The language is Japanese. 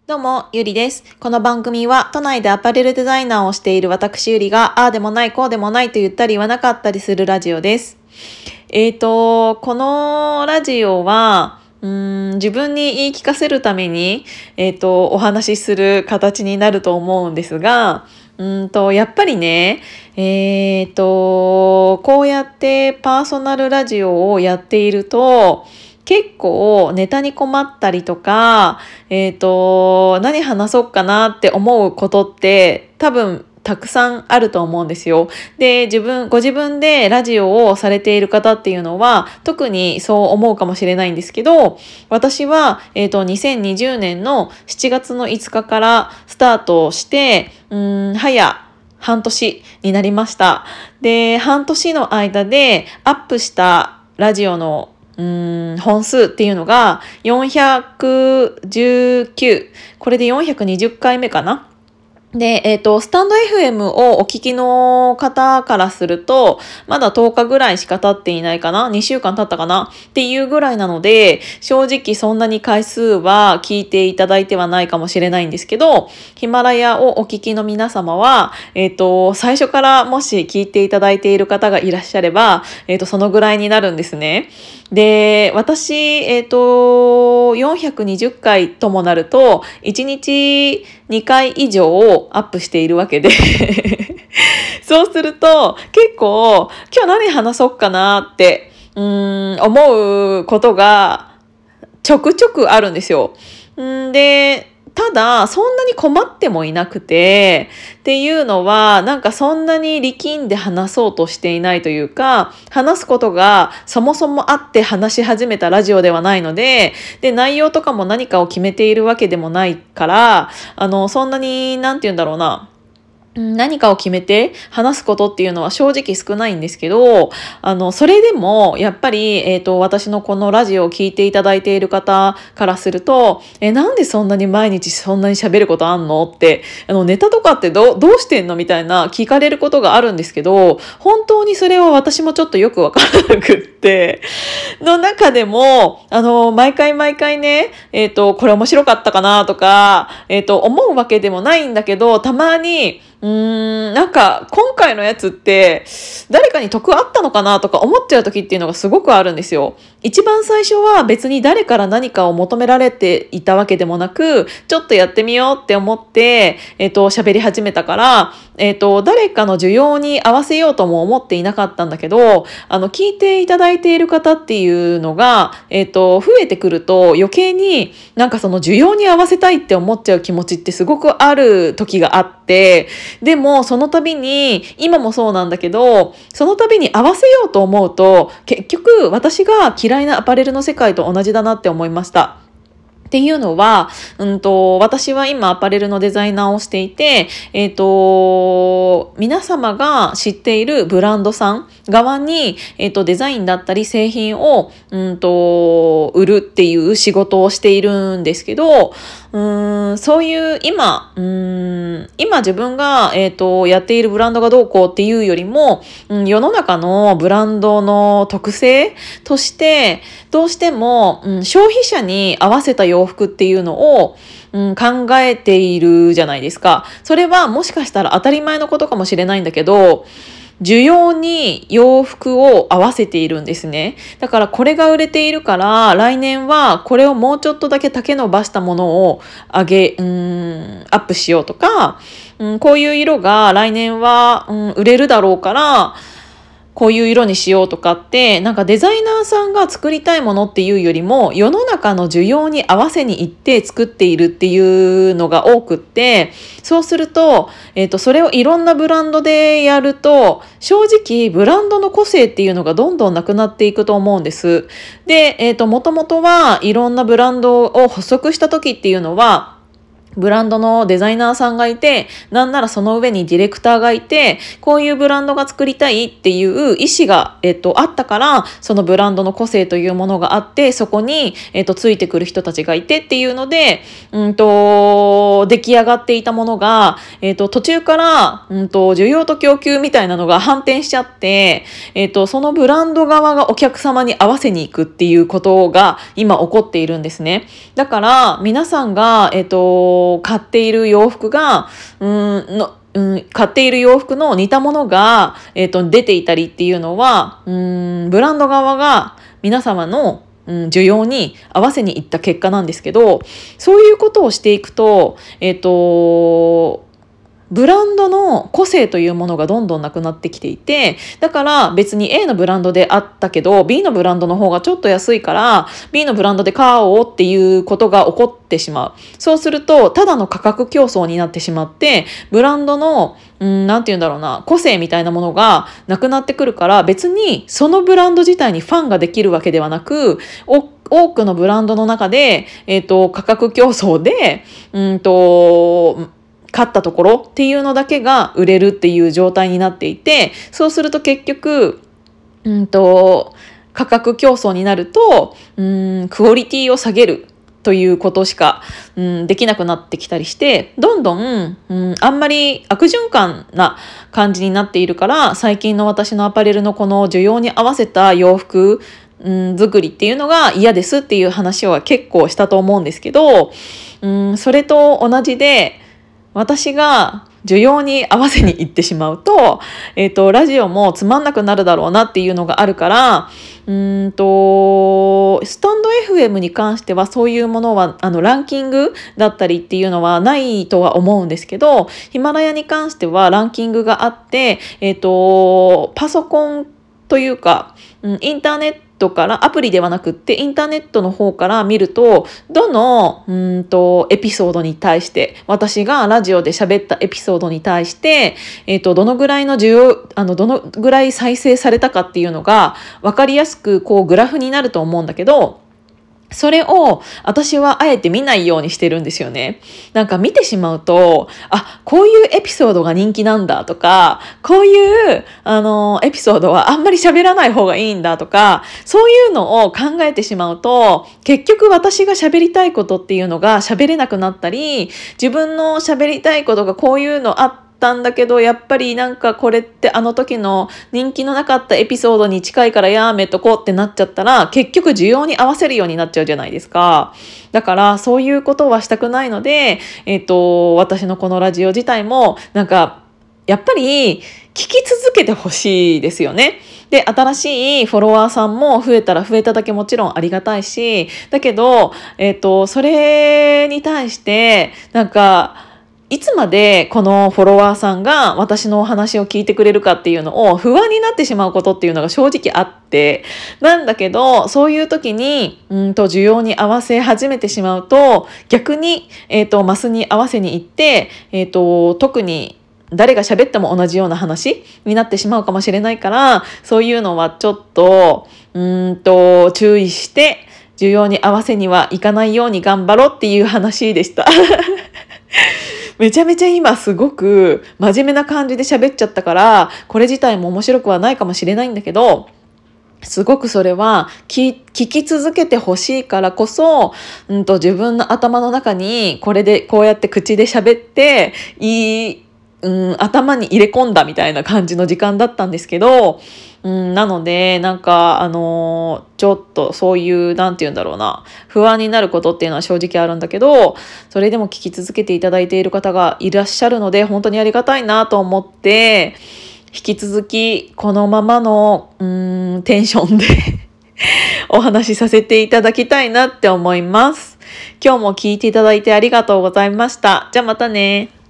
どうも、ゆりです。この番組は都内でアパレルデザイナーをしている私ゆりが、ああでもない、こうでもないと言ったり言わなかったりするラジオです。このラジオは、自分に言い聞かせるために、お話しする形になると思うんですが、やっぱりね、こうやってパーソナルラジオをやっていると、結構ネタに困ったりとか、何話そうかなって思うことって多分たくさんあると思うんですよ。で、ご自分でラジオをされている方っていうのは特にそう思うかもしれないんですけど、私は、2020年の7月の5日からスタートして、早半年になりました。で、半年の間でアップしたラジオの本数っていうのが419。これで420回目かな。で、スタンド FM をお聞きの方からすると、まだ10日ぐらいしか経っていないかな ?2 週間経ったかなっていうぐらいなので、正直そんなに回数は聞いていただいてはないかもしれないんですけど、ヒマラヤをお聞きの皆様は、最初からもし聞いていただいている方がいらっしゃれば、そのぐらいになるんですね。で、私、420回ともなると、1日2回以上アップしているわけでそうすると、結構、今日何話そうかなって、思うことがちょくちょくあるんですよ。で、ただ、そんなに困ってもいなくて、っていうのは、なんかそんなに力んで話そうとしていないというか、話すことがそもそもあって話し始めたラジオではないので、で、内容とかも何かを決めているわけでもないから、そんなに、なんて言うんだろうな。何かを決めて話すことっていうのは正直少ないんですけど、それでもやっぱり、私のこのラジオを聞いていただいている方からすると、なんでそんなに毎日そんなに喋ることあんのって、ネタとかってどうしてんのみたいな聞かれることがあるんですけど、本当にそれは私もちょっとよくわからなくって、の中でも、毎回毎回ね、これ面白かったかなとか、思うわけでもないんだけど、たまに、なんか今回のやつって誰かに得あったのかなとか思っちゃう時っていうのがすごくあるんですよ。一番最初は別に誰から何かを求められていたわけでもなく、ちょっとやってみようって思って、喋り始めたから、誰かの需要に合わせようとも思っていなかったんだけど、聞いていただいている方っていうのが、増えてくると余計になんかその需要に合わせたいって思っちゃう気持ちってすごくある時があって、でもその度に、今もそうなんだけど、その度に合わせようと思うと、結局私が嫌いなアパレルの世界と同じだなって思いました。っていうのは、私は今アパレルのデザイナーをしていて、皆様が知っているブランドさん側に、デザインだったり製品を、売るっていう仕事をしているんですけど、そういう今自分が、やっているブランドがどうこうっていうよりも、世の中のブランドの特性として、どうしても、消費者に合わせた洋服っていうのを、考えているじゃないですか。それはもしかしたら当たり前のことかもしれないんだけど、需要に洋服を合わせているんですね。だからこれが売れているから、来年はこれをもうちょっとだけ丈伸ばしたものをアップしようとか、こういう色が来年は、売れるだろうから、こういう色にしようとかって、なんかデザイナーさんが作りたいものっていうよりも、世の中の需要に合わせに行って作っているっていうのが多くって、そうすると、それをいろんなブランドでやると、正直ブランドの個性っていうのがどんどんなくなっていくと思うんです。で、もともとはいろんなブランドを発足した時っていうのは、 ブランドのデザイナーさんがいて、なんならその上にディレクターがいて、こういうブランドが作りたいっていう意思が、あったから、そのブランドの個性というものがあって、そこに、ついてくる人たちがいてっていうので、出来上がっていたものが、途中から、需要と供給みたいなのが反転しちゃって、そのブランド側がお客様に合わせに行くっていうことが今起こっているんですね。だから、皆さんが、買っている洋服が、買っている洋服の似たものが、出ていたりっていうのは、ブランド側が皆様の需要に合わせにいった結果なんですけど、そういうことをしていくと、ブランドの個性というものがどんどんなくなってきていて、だから別に A のブランドであったけど B のブランドの方がちょっと安いから B のブランドで買おうっていうことが起こってしまう。そうするとただの価格競争になってしまって、ブランドのなんて言うんだろうな、個性みたいなものがなくなってくるから、別にそのブランド自体にファンができるわけではなく、多くのブランドの中で、価格競争で買ったところっていうのだけが売れるっていう状態になっていて、そうすると結局価格競争になるとクオリティを下げるということしかできなくなってきたりして、どんどんあんまり悪循環な感じになっているから、最近の私のアパレルのこの需要に合わせた洋服作りっていうのが嫌ですっていう話は結構したと思うんですけど、それと同じで、私が需要に合わせに行ってしまうと、ラジオもつまんなくなるだろうなっていうのがあるから、スタンド FM に関してはそういうものはランキングだったりっていうのはないとは思うんですけど、ヒマラヤに関してはランキングがあって、パソコンというか、インターネットからアプリではなくってインターネットの方から見ると、どのエピソードに対して、私がラジオで喋ったエピソードに対して、どのぐらいのどのぐらい再生されたかっていうのが分かりやすくこうグラフになると思うんだけど、それを私はあえて見ないようにしてるんですよね。なんか見てしまうと、こういうエピソードが人気なんだとか、こういうエピソードはあんまり喋らない方がいいんだとか、そういうのを考えてしまうと、結局私が喋りたいことっていうのが喋れなくなったり、自分の喋りたいことがこういうのあったんだけど、やっぱりなんかこれってあの時の人気のなかったエピソードに近いからやめとこうってなっちゃったら、結局需要に合わせるようになっちゃうじゃないですか。だからそういうことはしたくないので、私のこのラジオ自体もなんかやっぱり聞き続けてほしいですよね。で、新しいフォロワーさんも増えたら増えただけもちろんありがたいし、だけど、それに対してなんかいつまでこのフォロワーさんが私のお話を聞いてくれるかっていうのを不安になってしまうことっていうのが正直あって、なんだけどそういう時に需要に合わせ始めてしまうと、逆にマスに合わせに行って特に誰が喋っても同じような話になってしまうかもしれないから、そういうのはちょっと注意して需要に合わせにはいかないように頑張ろうっていう話でしためちゃめちゃ今すごく真面目な感じで喋っちゃったから、これ自体も面白くはないかもしれないんだけど、すごくそれは聞き続けてほしいからこそ、自分の頭の中にこれでこうやって口で喋って頭に入れ込んだみたいな感じの時間だったんですけど、なのでなんかちょっとそういうなんて言うんだろうな、不安になることっていうのは正直あるんだけど、それでも聞き続けていただいている方がいらっしゃるので本当にありがたいなと思って、引き続きこのままのテンションでお話しさせていただきたいなって思います。今日も聞いていただいてありがとうございました。じゃあまたね。